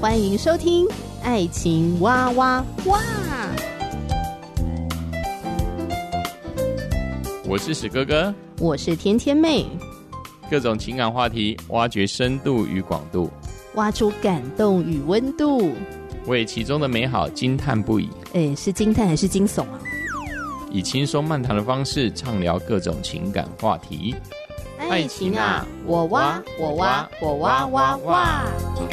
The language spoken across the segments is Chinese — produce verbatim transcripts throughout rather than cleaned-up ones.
欢迎收听爱情哇哇哇。 我是史哥哥， 我是甜甜妹， 各种情感话题挖掘深度与广度， 挖出感动与温度， 为其中的美好惊叹不已。 诶，是惊叹还是惊悚啊？ 以轻松漫谈的方式畅聊各种情感话题。 爱情啊，我挖我挖我挖挖挖。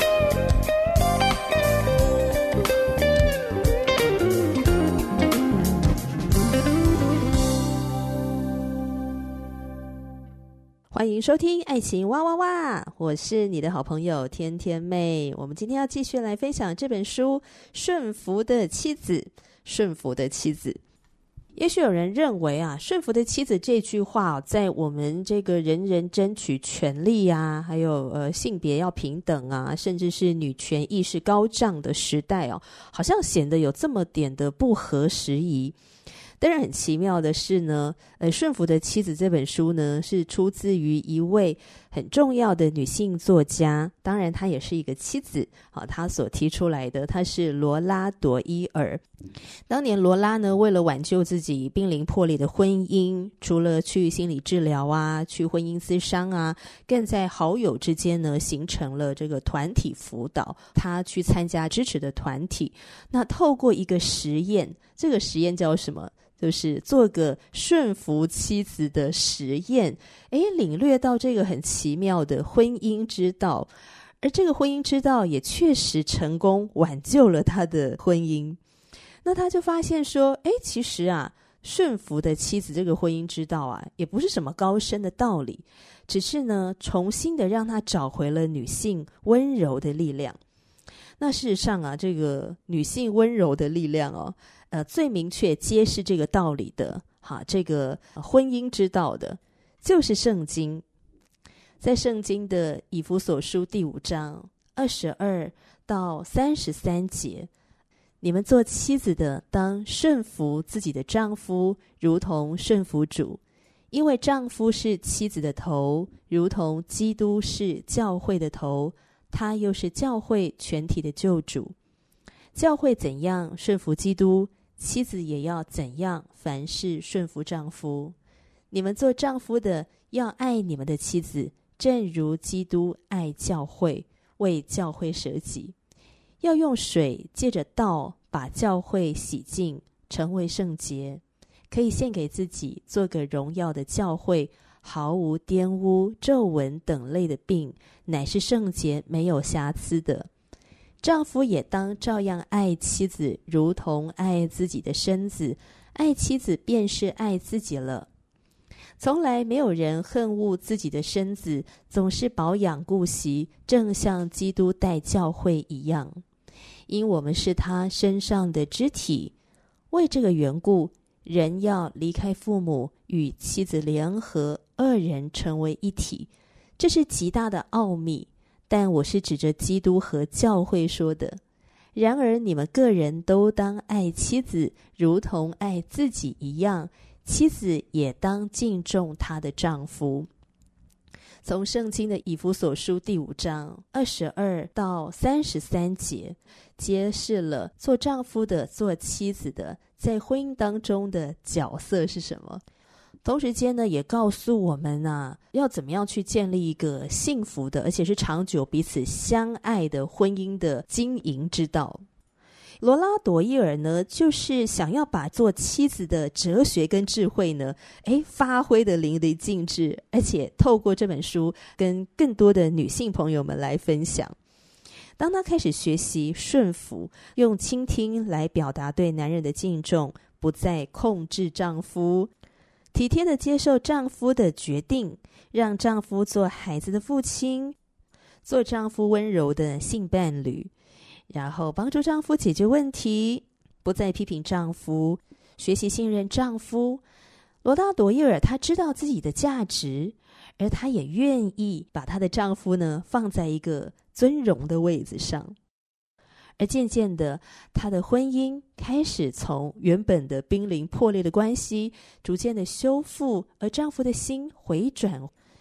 欢迎收听爱情哇哇哇，我是你的好朋友甜甜妹。我们今天要继续来分享这本书《顺服的妻子》。顺服的妻子，也许有人认为啊，顺服的妻子这句话、啊、在我们这个人人争取权利啊，还有呃性别要平等啊，甚至是女权意识高涨的时代哦、啊，好像显得有这么点的不合时宜。当然很奇妙的是呢，呃，《顺服的妻子》这本书呢，是出自于一位很重要的女性作家，当然她也是一个妻子，好，她所提出来的，她是罗拉·朵伊尔。当年罗拉呢，为了挽救自己濒临破裂的婚姻，除了去心理治疗啊，去婚姻咨商啊，更在好友之间呢，形成了这个团体辅导，她去参加支持的团体。那透过一个实验，这个实验叫什么？就是做个顺服妻子的实验，诶，领略到这个很奇妙的婚姻之道，而这个婚姻之道也确实成功挽救了他的婚姻。那他就发现说，诶，其实啊，顺服的妻子这个婚姻之道啊，也不是什么高深的道理，只是呢，重新的让他找回了女性温柔的力量。那事实上啊，这个女性温柔的力量哦，呃，最明确揭示这个道理的，哈，这个婚姻之道的，就是圣经。在圣经的以弗所书第五章二十二到三十三节，你们做妻子的，当顺服自己的丈夫，如同顺服主，因为丈夫是妻子的头，如同基督是教会的头，他又是教会全体的救主。教会怎样顺服基督，妻子也要怎样凡事顺服丈夫。你们做丈夫的，要爱你们的妻子，正如基督爱教会，为教会舍己。要用水借着道把教会洗净，成为圣洁，可以献给自己，做个荣耀的教会，毫无玷污、皱纹等类的病，乃是圣洁没有瑕疵的。丈夫也当照样爱妻子，如同爱自己的身子，爱妻子便是爱自己了。从来没有人恨恶自己的身子，总是保养顾惜，正像基督待教会一样，因我们是他身上的肢体。为这个缘故，人要离开父母，与妻子联合，二人成为一体。这是极大的奥秘，但我是指着基督和教会说的。然而你们个人都当爱妻子，如同爱自己一样，妻子也当敬重她的丈夫。从圣经的以弗所书第五章二十二到三十三节，揭示了做丈夫的、做妻子的在婚姻当中的角色是什么。同时间呢，也告诉我们啊，要怎么样去建立一个幸福的，而且是长久彼此相爱的婚姻的经营之道。罗拉·朵伊尔呢，就是想要把做妻子的哲学跟智慧呢，诶，发挥的淋漓尽致，而且透过这本书跟更多的女性朋友们来分享。当她开始学习顺服，用倾听来表达对男人的敬重，不再控制丈夫，体贴地接受丈夫的决定，让丈夫做孩子的父亲，做丈夫温柔的性伴侣，然后帮助丈夫解决问题，不再批评丈夫，学习信任丈夫。罗拉·朵伊尔她知道自己的价值，而她也愿意把她的丈夫呢放在一个尊荣的位子上。而渐渐的，她的婚姻开始从原本的濒临破裂的关系逐渐的修复，而丈夫的心回转，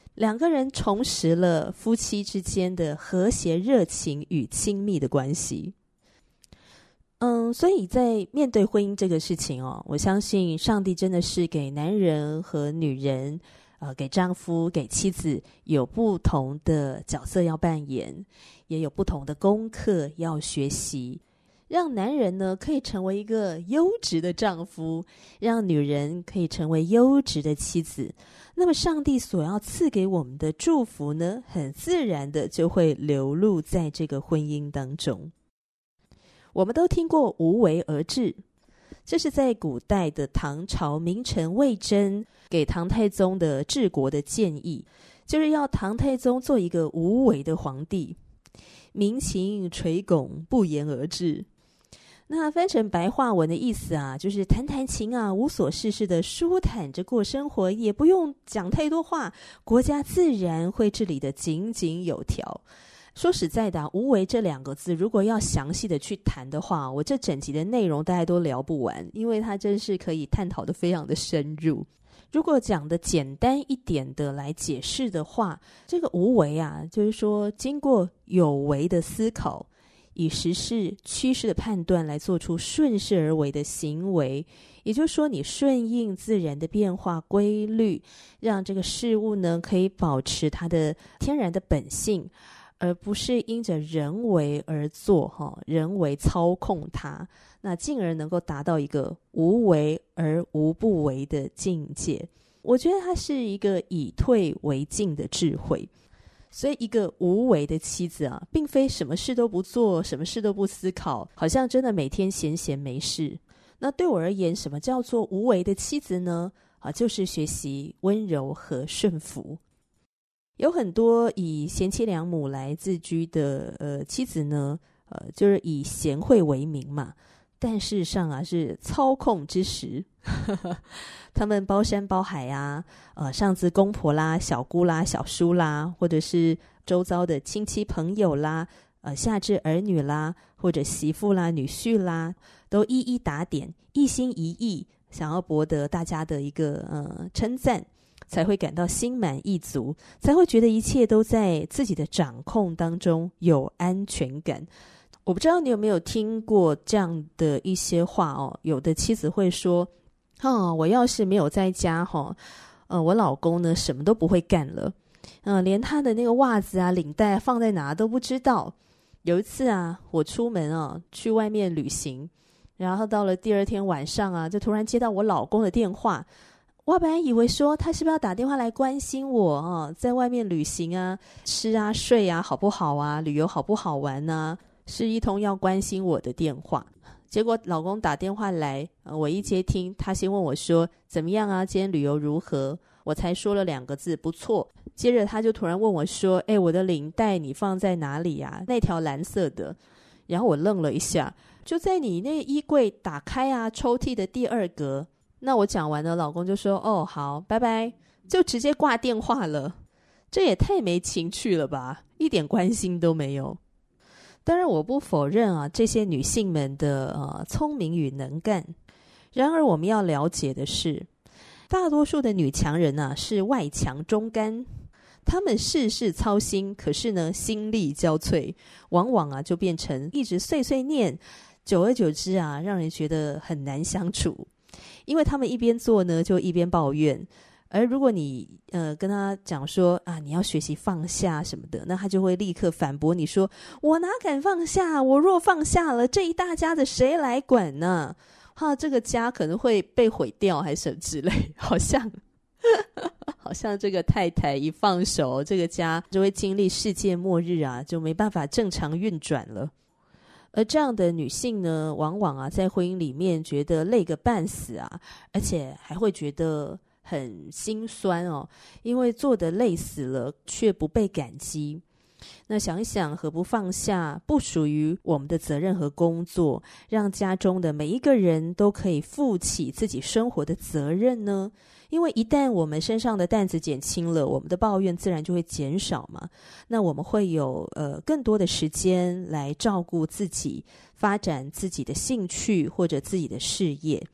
两个人重拾了夫妻之间的和谐、热情与亲密的关系。嗯，所以在面对婚姻这个事情哦，我相信上帝真的是给男人和女人，呃，给丈夫、给妻子有不同的角色要扮演，也有不同的功课要学习，让男人呢可以成为一个优质的丈夫，让女人可以成为优质的妻子。那么上帝所要赐给我们的祝福呢，很自然的就会流露在这个婚姻当中。我们都听过无为而治，这是在古代的唐朝名臣魏征给唐太宗的治国的建议，就是要唐太宗做一个无为的皇帝，民情垂拱，不言而治。那翻成白话文的意思啊，就是弹弹琴啊，无所事事的舒坦着过生活，也不用讲太多话，国家自然会治理得井井有条。说实在的、啊、无为这两个字如果要详细的去谈的话，我这整集的内容大概都聊不完，因为它真是可以探讨的非常的深入。如果讲的简单一点的来解释的话，这个无为啊，就是说经过有为的思考，以时事趋势的判断来做出顺势而为的行为，也就是说你顺应自然的变化规律，让这个事物呢可以保持它的天然的本性，而不是因着人为而做，人为操控它，那进而能够达到一个无为而无不为的境界。我觉得它是一个以退为进的智慧。所以一个无为的妻子啊，并非什么事都不做，什么事都不思考，好像真的每天闲闲没事。那对我而言，什么叫做无为的妻子呢？啊，就是学习温柔和顺服。有很多以贤妻良母来自居的呃妻子呢，呃，就是以贤惠为名嘛，但事实上啊是操控之实。他们包山包海啊，呃，上至公婆啦、小姑啦、小叔啦，或者是周遭的亲戚朋友啦，呃，下至儿女啦，或者媳妇啦、女婿啦，都一一打点，一心一意，想要博得大家的一个呃称赞。才会感到心满意足，才会觉得一切都在自己的掌控当中，有安全感。我不知道你有没有听过这样的一些话哦，有的妻子会说，哦，我要是没有在家哦，呃，我老公呢什么都不会干了，呃，连他的那个袜子啊、领带放在哪都不知道。有一次啊，我出门啊去外面旅行，然后到了第二天晚上啊，就突然接到我老公的电话。我本来以为说他是不是要打电话来关心我啊，在外面旅行啊，吃啊睡啊好不好啊，旅游好不好玩啊，是一通要关心我的电话。结果老公打电话来，呃、我一接听，他先问我说怎么样啊，今天旅游如何？我才说了两个字，不错。接着他就突然问我说，哎，我的领带你放在哪里啊？那条蓝色的。然后我愣了一下，就在你那个衣柜打开啊，抽屉的第二格。那我讲完了，老公就说，哦，好，拜拜，就直接挂电话了。这也太没情趣了吧，一点关心都没有。当然我不否认啊，这些女性们的呃聪明与能干。然而我们要了解的是，大多数的女强人啊是外强中干，她们事事操心，可是呢心力交瘁，往往啊就变成一直碎碎念，久而久之啊让人觉得很难相处。因为他们一边做呢就一边抱怨，而如果你呃跟他讲说啊你要学习放下什么的，那他就会立刻反驳你说，我哪敢放下，我若放下了，这一大家子谁来管呢？哈，这个家可能会被毁掉还是什么之类，好像好像这个太太一放手，这个家就会经历世界末日啊，就没办法正常运转了。而这样的女性呢，往往啊在婚姻里面觉得累个半死啊，而且还会觉得很心酸哦，因为做得累死了却不被感激。那想一想，何不放下不属于我们的责任和工作，让家中的每一个人都可以负起自己生活的责任呢？因为一旦我们身上的担子减轻了，我们的抱怨自然就会减少嘛。那我们会有呃更多的时间来照顾自己，发展自己的兴趣或者自己的事业。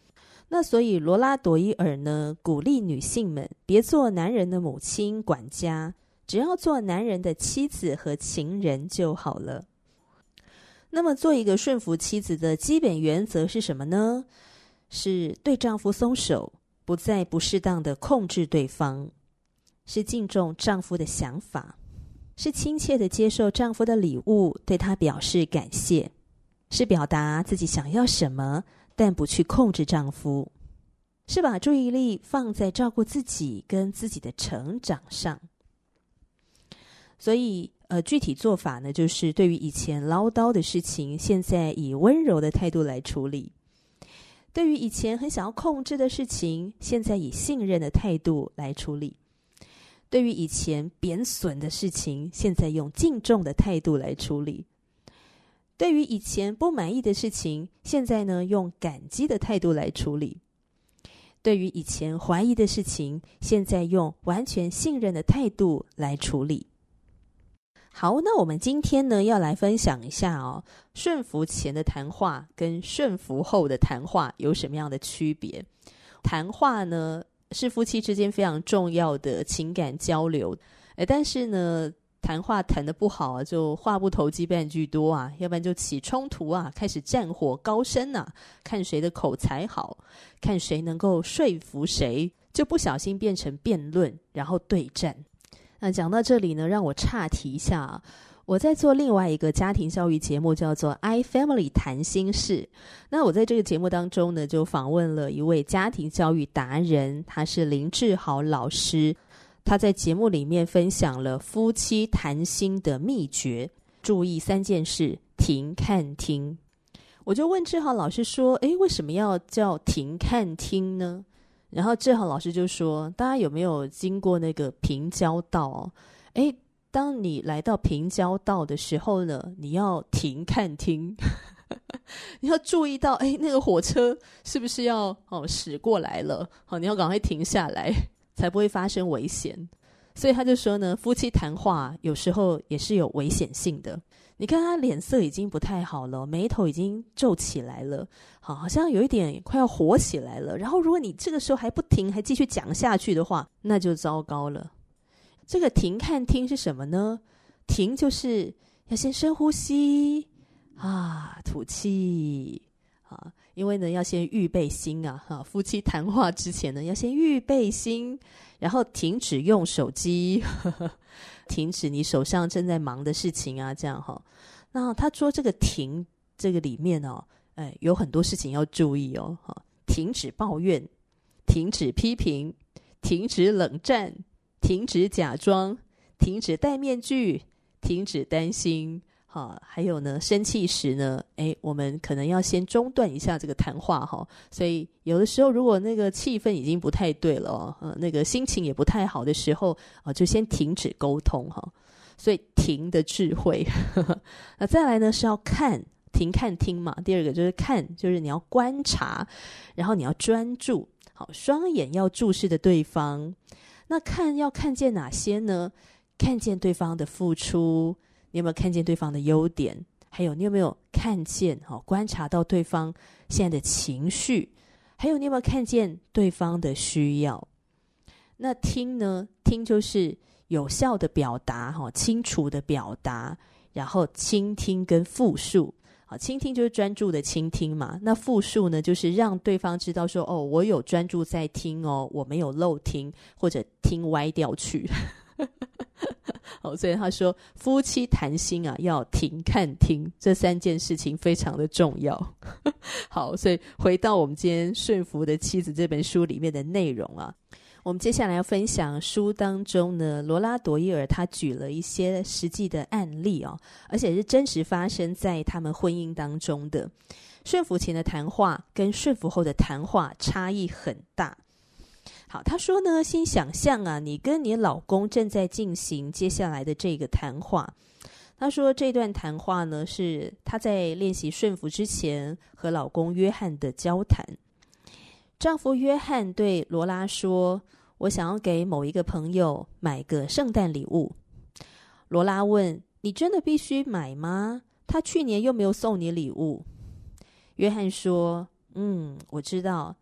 那所以罗拉朵伊尔呢，鼓励女性们别做男人的母亲管家，只要做男人的妻子和情人就好了。那么做一个顺服妻子的基本原则是什么呢？是对丈夫松手，不再不适当的控制对方，是敬重丈夫的想法，是亲切的接受丈夫的礼物，对他表示感谢，是表达自己想要什么，但不去控制丈夫，是把注意力放在照顾自己跟自己的成长上。所以呃，具体做法呢，就是对于以前唠叨的事情，现在以温柔的态度来处理；对于以前很想要控制的事情，现在以信任的态度来处理；对于以前贬损的事情，现在用敬重的态度来处理；对于以前不满意的事情，现在呢用感激的态度来处理；对于以前怀疑的事情，现在用完全信任的态度来处理。好，那我们今天呢要来分享一下哦，顺服前的谈话跟顺服后的谈话有什么样的区别。谈话呢是夫妻之间非常重要的情感交流，诶但是呢谈话谈得不好啊，就话不投机半句多啊，要不然就起冲突啊，开始战火高升啊，看谁的口才好，看谁能够说服谁，就不小心变成辩论，然后对战。那讲到这里呢，让我岔题一下啊，我在做另外一个家庭教育节目，叫做 iFamily 谈心事。那我在这个节目当中呢，就访问了一位家庭教育达人，他是林志豪老师。他在节目里面分享了夫妻谈心的秘诀，注意三件事：停、看、听。我就问志豪老师说，诶，为什么要叫停、看、听呢？然后志豪老师就說，大家有没有经过那个平交道哦？诶，当你来到平交道的时候呢，你要停看听你要注意到，诶，那个火车是不是要哦驶过来了，哦，你要赶快停下来，才不会发生危险。所以他就说呢，夫妻谈话有时候也是有危险性的。你看他脸色已经不太好了，眉头已经皱起来了，好，好像有一点快要火起来了。然后如果你这个时候还不停，还继续讲下去的话，那就糟糕了。这个停看听是什么呢？停就是要先深呼吸啊，吐气啊，因为呢要先预备心啊，哈，夫妻谈话之前呢要先预备心，然后停止用手机，呵呵，停止你手上正在忙的事情啊，这样哈。那他说这个停这个里面哦，哎，有很多事情要注意哦，哈，停止抱怨，停止批评，停止冷战，停止假装，停止戴面具，停止担心。好，还有呢，生气时呢，哎，我们可能要先中断一下这个谈话哈。所以有的时候，如果那个气氛已经不太对了哦，呃、那个心情也不太好的时候啊、呃，就先停止沟通哈。所以停的智慧，呵呵那再来呢是要看，停看听嘛。第二个就是看，就是你要观察，然后你要专注，好，双眼要注视的对方。那看要看见哪些呢？看见对方的付出。你有没有看见对方的优点？还有你有没有看见、哦、观察到对方现在的情绪？还有你有没有看见对方的需要？那听呢？听就是有效的表达、哦、清楚的表达，然后倾听跟复述。好，倾听就是专注的倾听嘛，那复述呢就是让对方知道说，哦，我有专注在听哦，我没有漏听或者听歪掉去好，所以他说夫妻谈心啊要停看听，这三件事情非常的重要好，所以回到我们今天顺服的妻子这本书里面的内容啊，我们接下来要分享书当中呢，罗拉朵伊尔他举了一些实际的案例哦，而且是真实发生在他们婚姻当中的。顺服前的谈话跟顺服后的谈话差异很大。好，他说呢，先想象啊，你跟你老公正在进行接下来的这个谈话。他说这段谈话呢，是他在练习顺服之前和老公约翰的交谈。丈夫约翰对罗拉说，我想要给某一个朋友买个圣诞礼物。罗拉问，你真的必须买吗？他去年又没有送你礼物。约翰说，嗯，我知道，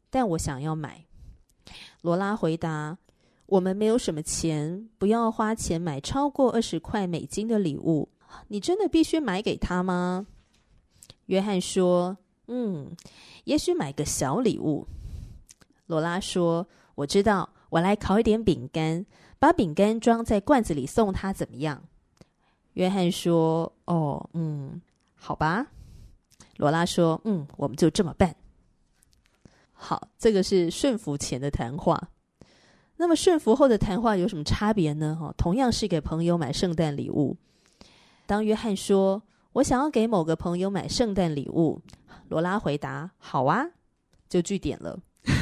但我想要买。罗拉回答，我们没有什么钱，不要花钱买超过二十块美金的礼物。你真的必须买给他吗？约翰说，嗯，也许买个小礼物。罗拉说，我知道，我来烤一点饼干，把饼干装在罐子里送他怎么样？约翰说，哦，嗯，好吧。罗拉说，嗯，我们就这么办。好，这个是顺服前的谈话。那么顺服后的谈话有什么差别呢？同样是给朋友买圣诞礼物。当约翰说，我想要给某个朋友买圣诞礼物，罗拉回答，好啊，就句点了。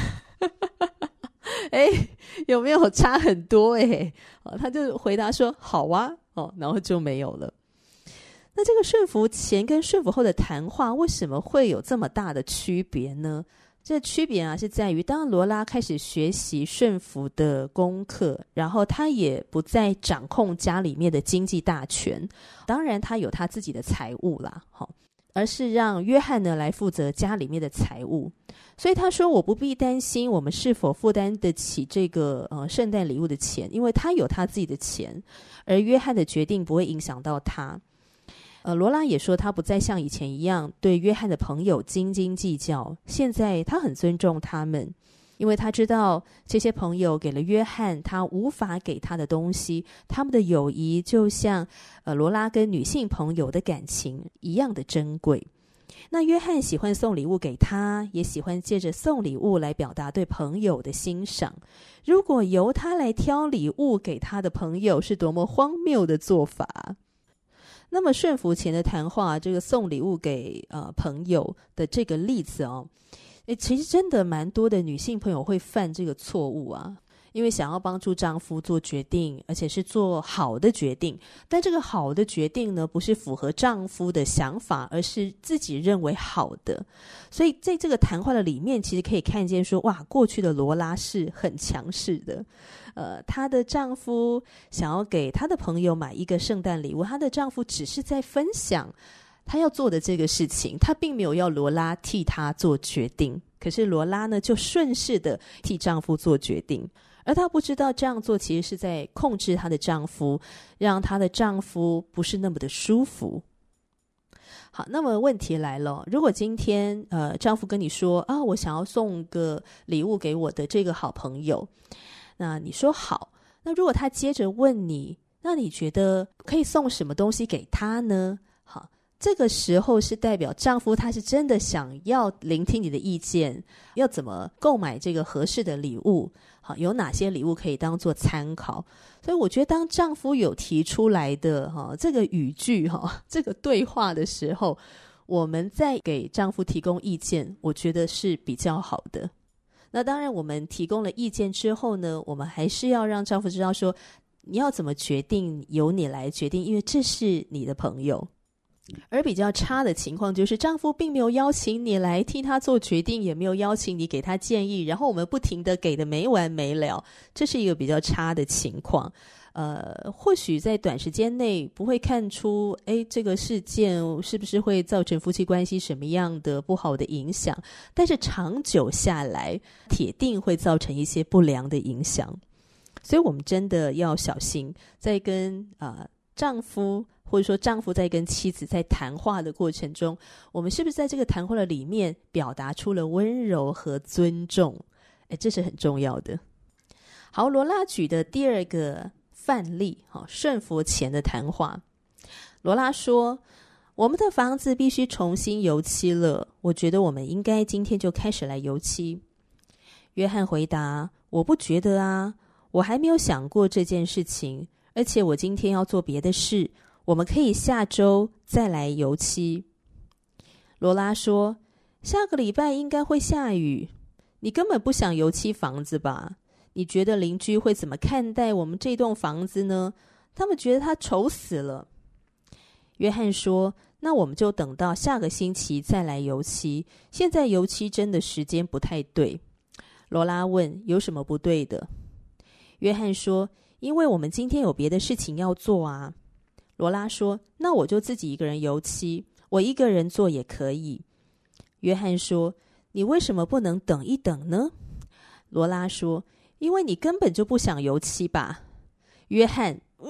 哎，有没有差很多？哎，哦，他就回答说好啊，哦，然后就没有了。那这个顺服前跟顺服后的谈话为什么会有这么大的区别呢？这区别啊，是在于当罗拉开始学习顺服的功课，然后他也不再掌控家里面的经济大权，当然他有他自己的财务啦，哦，而是让约翰呢来负责家里面的财务。所以他说，我不必担心我们是否负担得起这个呃圣诞礼物的钱，因为他有他自己的钱，而约翰的决定不会影响到他。呃，罗拉也说，他不再像以前一样对约翰的朋友斤斤计较，现在他很尊重他们，因为他知道这些朋友给了约翰他无法给他的东西，他们的友谊就像呃罗拉跟女性朋友的感情一样的珍贵。那约翰喜欢送礼物给他，也喜欢借着送礼物来表达对朋友的欣赏。如果由他来挑礼物给他的朋友，是多么荒谬的做法。那么顺服前的谈话，这个送礼物给呃朋友的这个例子哦，诶，其实真的蛮多的女性朋友会犯这个错误啊。因为想要帮助丈夫做决定，而且是做好的决定，但这个好的决定呢，不是符合丈夫的想法，而是自己认为好的。所以在这个谈话的里面，其实可以看见说，哇，过去的罗拉是很强势的。呃，她的丈夫想要给她的朋友买一个圣诞礼物，她的丈夫只是在分享她要做的这个事情，她并没有要罗拉替她做决定。可是罗拉呢，就顺势的替丈夫做决定。而她不知道这样做其实是在控制她的丈夫，让她的丈夫不是那么的舒服。好，那么问题来了，如果今天呃丈夫跟你说啊，我想要送个礼物给我的这个好朋友，那你说好，那如果他接着问你，那你觉得可以送什么东西给他呢？好，这个时候是代表丈夫他是真的想要聆听你的意见，要怎么购买这个合适的礼物，好，有哪些礼物可以当做参考。所以我觉得当丈夫有提出来的哈这个语句哈这个对话的时候，我们再给丈夫提供意见，我觉得是比较好的。那当然我们提供了意见之后呢，我们还是要让丈夫知道说，你要怎么决定由你来决定，因为这是你的朋友。而比较差的情况就是丈夫并没有邀请你来替他做决定，也没有邀请你给他建议，然后我们不停的给的没完没了，这是一个比较差的情况。呃，或许在短时间内不会看出诶这个事件是不是会造成夫妻关系什么样的不好的影响，但是长久下来铁定会造成一些不良的影响。所以我们真的要小心，在跟呃丈夫或者说丈夫在跟妻子在谈话的过程中，我们是不是在这个谈话的里面表达出了温柔和尊重，诶这是很重要的。好，罗拉举的第二个范例，顺服前的谈话。罗拉说，我们的房子必须重新油漆了，我觉得我们应该今天就开始来油漆。约翰回答，我不觉得啊，我还没有想过这件事情，而且我今天要做别的事，我们可以下周再来油漆。罗拉说，下个礼拜应该会下雨，你根本不想油漆房子吧？你觉得邻居会怎么看待我们这栋房子呢？他们觉得它丑死了。约翰说，那我们就等到下个星期再来油漆，现在油漆真的时间不太对。罗拉问，有什么不对的？约翰说，因为我们今天有别的事情要做啊。罗拉说，那我就自己一个人油漆，我一个人做也可以。约翰说， 你为什么不能等一等呢？罗拉说，因为你根本就不想油漆吧。约翰，哇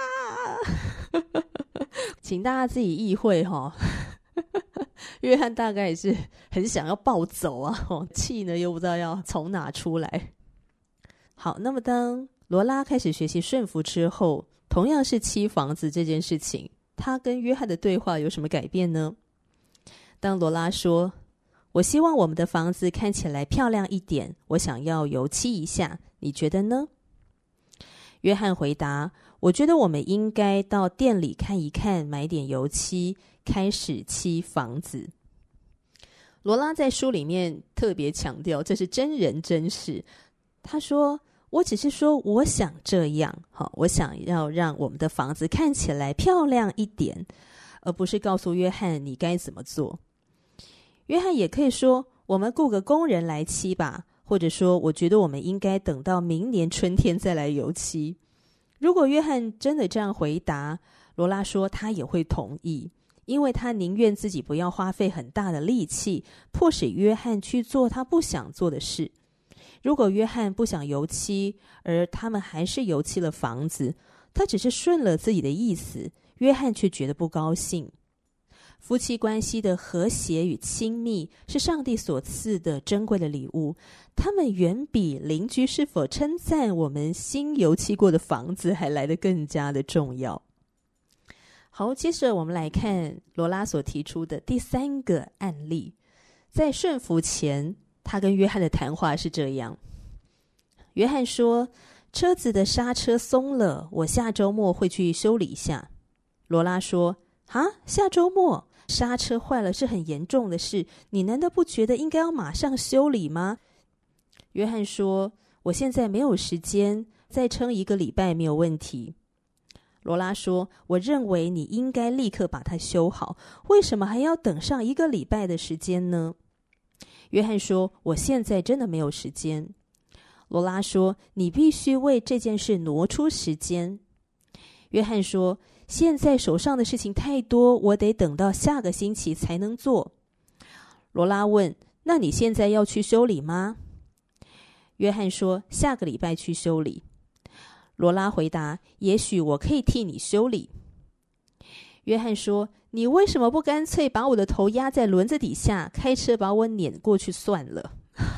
请大家自己意会哈、哦。约翰大概也是很想要暴走啊，气呢又不知道要从哪出来。好，那么当罗拉开始学习顺服之后，同样是漆房子这件事情，他跟约翰的对话有什么改变呢？当罗拉说，我希望我们的房子看起来漂亮一点，我想要油漆一下，你觉得呢？约翰回答，我觉得我们应该到店里看一看，买点油漆，开始漆房子。罗拉在书里面特别强调，这是真人真事。他说，我只是说我想这样，我想要让我们的房子看起来漂亮一点，而不是告诉约翰你该怎么做。约翰也可以说，我们雇个工人来漆吧，或者说我觉得我们应该等到明年春天再来油漆。如果约翰真的这样回答，罗拉说他也会同意，因为他宁愿自己不要花费很大的力气，迫使约翰去做他不想做的事。如果约翰不想油漆，而他们还是油漆了房子，他只是顺了自己的意思，约翰却觉得不高兴。夫妻关系的和谐与亲密是上帝所赐的珍贵的礼物，他们远比邻居是否称赞我们新油漆过的房子还来得更加的重要。好，接着我们来看罗拉所提出的第三个案例。在顺服前，他跟约翰的谈话是这样。约翰说，车子的刹车松了，我下周末会去修理一下。罗拉说，啊，下周末？刹车坏了是很严重的事，你难道不觉得应该要马上修理吗？约翰说，我现在没有时间，再撑一个礼拜没有问题。罗拉说，我认为你应该立刻把它修好，为什么还要等上一个礼拜的时间呢？约翰说，我现在真的没有时间。罗拉说，你必须为这件事挪出时间。约翰说，现在手上的事情太多，我得等到下个星期才能做。罗拉问，那你现在要去修理吗？约翰说，下个礼拜去修理。罗拉回答，也许我可以替你修理。约翰说，你为什么不干脆把我的头压在轮子底下，开车把我碾过去算了？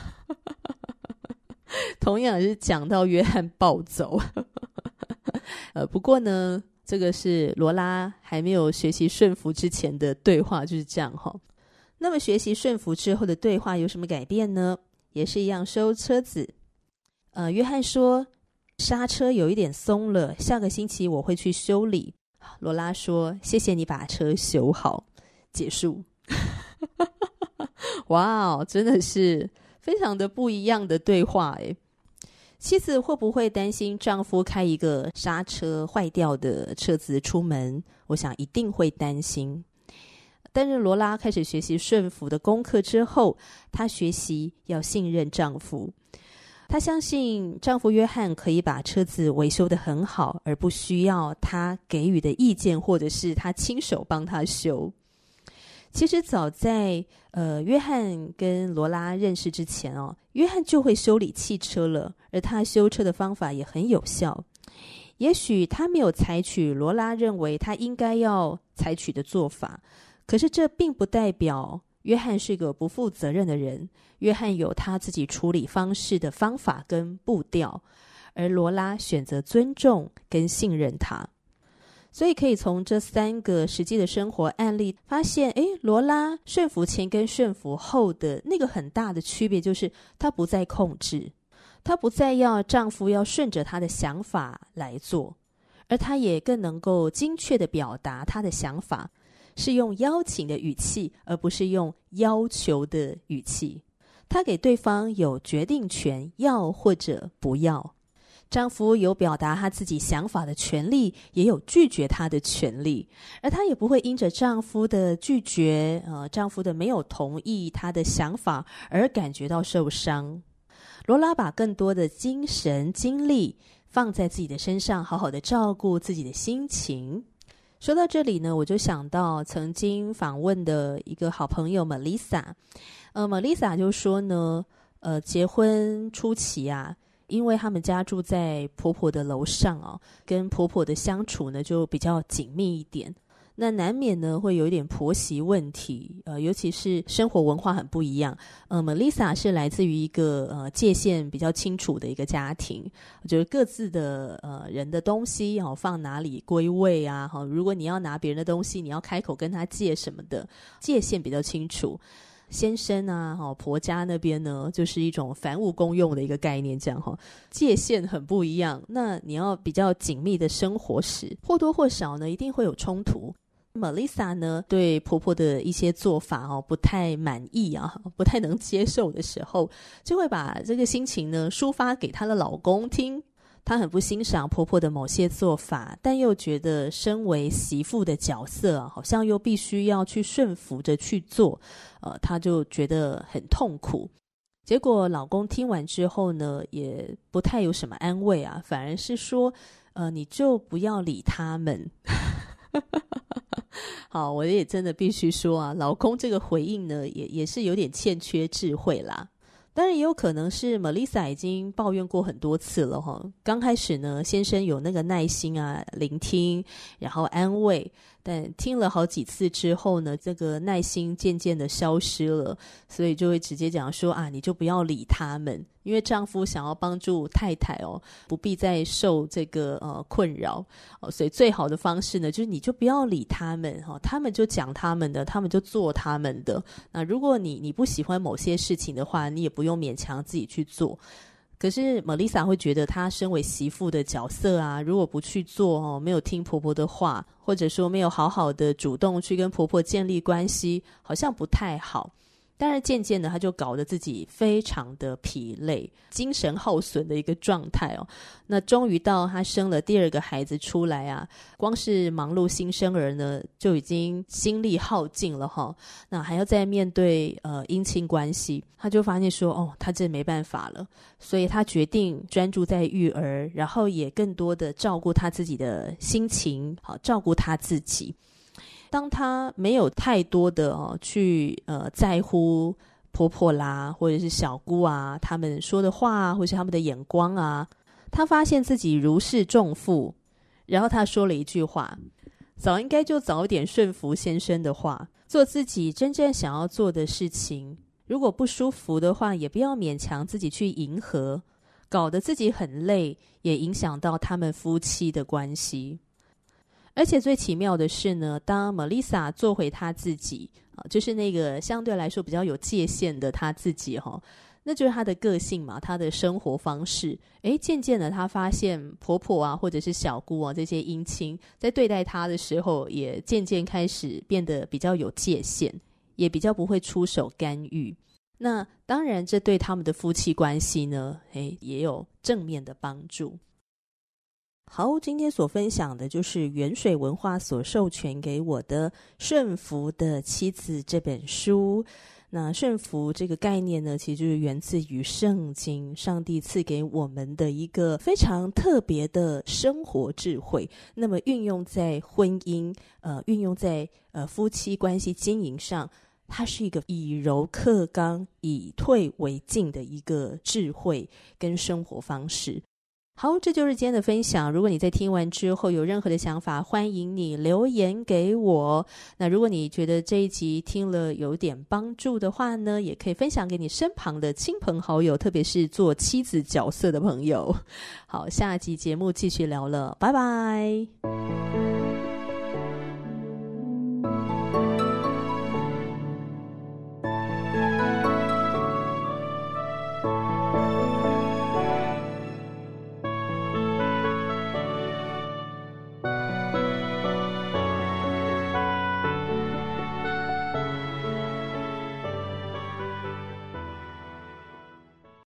同样是讲到约翰暴走。呃，不过呢，这个是罗拉还没有学习顺服之前的对话，就是这样哈。那么学习顺服之后的对话有什么改变呢？也是一样收车子。呃，约翰说，刹车有一点松了，下个星期我会去修理。罗拉说，谢谢你把车修好。结束。哇哦，真的是非常的不一样的对话诶。妻子会不会担心丈夫开一个刹车坏掉的车子出门？我想一定会担心。但是罗拉开始学习顺服的功课之后，她学习要信任丈夫。她相信丈夫约翰可以把车子维修得很好，而不需要他给予的意见，或者是他亲手帮他修。其实早在呃约翰跟罗拉认识之前哦，约翰就会修理汽车了，而他修车的方法也很有效。也许他没有采取罗拉认为他应该要采取的做法，可是这并不代表约翰是个不负责任的人。约翰有他自己处理方式的方法跟步调，而罗拉选择尊重跟信任他。所以可以从这三个实际的生活案例发现，诶，罗拉顺服前跟顺服后的那个很大的区别，就是她不再控制，她不再要丈夫要顺着她的想法来做，而她也更能够精确地表达她的想法，是用邀请的语气，而不是用要求的语气。她给对方有决定权，要或者不要。丈夫有表达他自己想法的权利，也有拒绝他的权利，而她也不会因着丈夫的拒绝，呃，丈夫的没有同意她的想法而感觉到受伤。罗拉把更多的精神精力放在自己的身上，好好的照顾自己的心情。 说到这里呢，我就想到曾经访问的一个好朋友 Melissa， 呃 Melissa 就说呢，呃，结婚初期啊，因为他们家住在婆婆的楼上哦，跟婆婆的相处呢就比较紧密一点。那难免呢会有一点婆媳问题，呃，尤其是生活文化很不一样。呃 ，Melissa 是来自于一个呃界限比较清楚的一个家庭，就是各自的呃人的东西哦放哪里归位啊，哈、哦，如果你要拿别人的东西，你要开口跟他借什么的，界限比较清楚。先生啊，哦，婆家那边呢，就是一种凡物公用的一个概念，这样哈、哦，界限很不一样。那你要比较紧密的生活时，或多或少呢，一定会有冲突。Melissa 呢，对婆婆的一些做法哦不太满意啊，不太能接受的时候，就会把这个心情呢抒发给她的老公听。她很不欣赏婆婆的某些做法，但又觉得身为媳妇的角色啊，好像又必须要去顺服着去做，呃，她就觉得很痛苦。结果老公听完之后呢，也不太有什么安慰啊，反而是说，呃，你就不要理他们。好，我也真的必须说啊，老公这个回应呢，也也是有点欠缺智慧啦。当然也有可能是 Melissa 已经抱怨过很多次了哈。刚开始呢，先生有那个耐心啊，聆听，然后安慰，但听了好几次之后呢，这个耐心渐渐的消失了，所以就会直接讲说啊，你就不要理他们，因为丈夫想要帮助太太哦，不必再受这个呃困扰哦，所以最好的方式呢，就是你就不要理他们哈、哦，他们就讲他们的，他们就做他们的。那如果你你不喜欢某些事情的话，你也不用勉强自己去做。可是 Melissa 会觉得她身为媳妇的角色啊，如果不去做哦，没有听婆婆的话，或者说没有好好的主动去跟婆婆建立关系，好像不太好。当然渐渐的她就搞得自己非常的疲累，精神耗损的一个状态哦。那终于到她生了第二个孩子出来啊，光是忙碌新生儿呢就已经心力耗尽了哈。那还要再面对呃姻亲关系，她就发现说哦，她真没办法了，所以她决定专注在育儿，然后也更多的照顾她自己的心情，好照顾她自己。当她没有太多的、哦、去呃在乎婆婆啦，或者是小姑啊他们说的话啊，或者是他们的眼光啊，她发现自己如释重负。然后她说了一句话，早应该就早点顺服先生的话，做自己真正想要做的事情，如果不舒服的话，也不要勉强自己去迎合，搞得自己很累，也影响到他们夫妻的关系。而且最奇妙的是呢，当 Melissa 做回她自己、啊、就是那个相对来说比较有界限的她自己、哦、那就是她的个性嘛，她的生活方式。诶，渐渐的她发现婆婆啊或者是小姑啊这些姻亲在对待她的时候，也渐渐开始变得比较有界限，也比较不会出手干预。那当然这对他们的夫妻关系呢，诶，也有正面的帮助。好，今天所分享的就是元水文化所授权给我的《顺服的妻子》这本书。那顺服这个概念呢，其实就是源自于圣经，上帝赐给我们的一个非常特别的生活智慧。那么运用在婚姻，呃，运用在呃夫妻关系经营上，它是一个以柔克刚、以退为进的一个智慧跟生活方式。好，这就是今天的分享。如果你在听完之后有任何的想法，欢迎你留言给我。那如果你觉得这一集听了有点帮助的话呢，也可以分享给你身旁的亲朋好友，特别是做妻子角色的朋友。好，下集节目继续聊了，拜拜。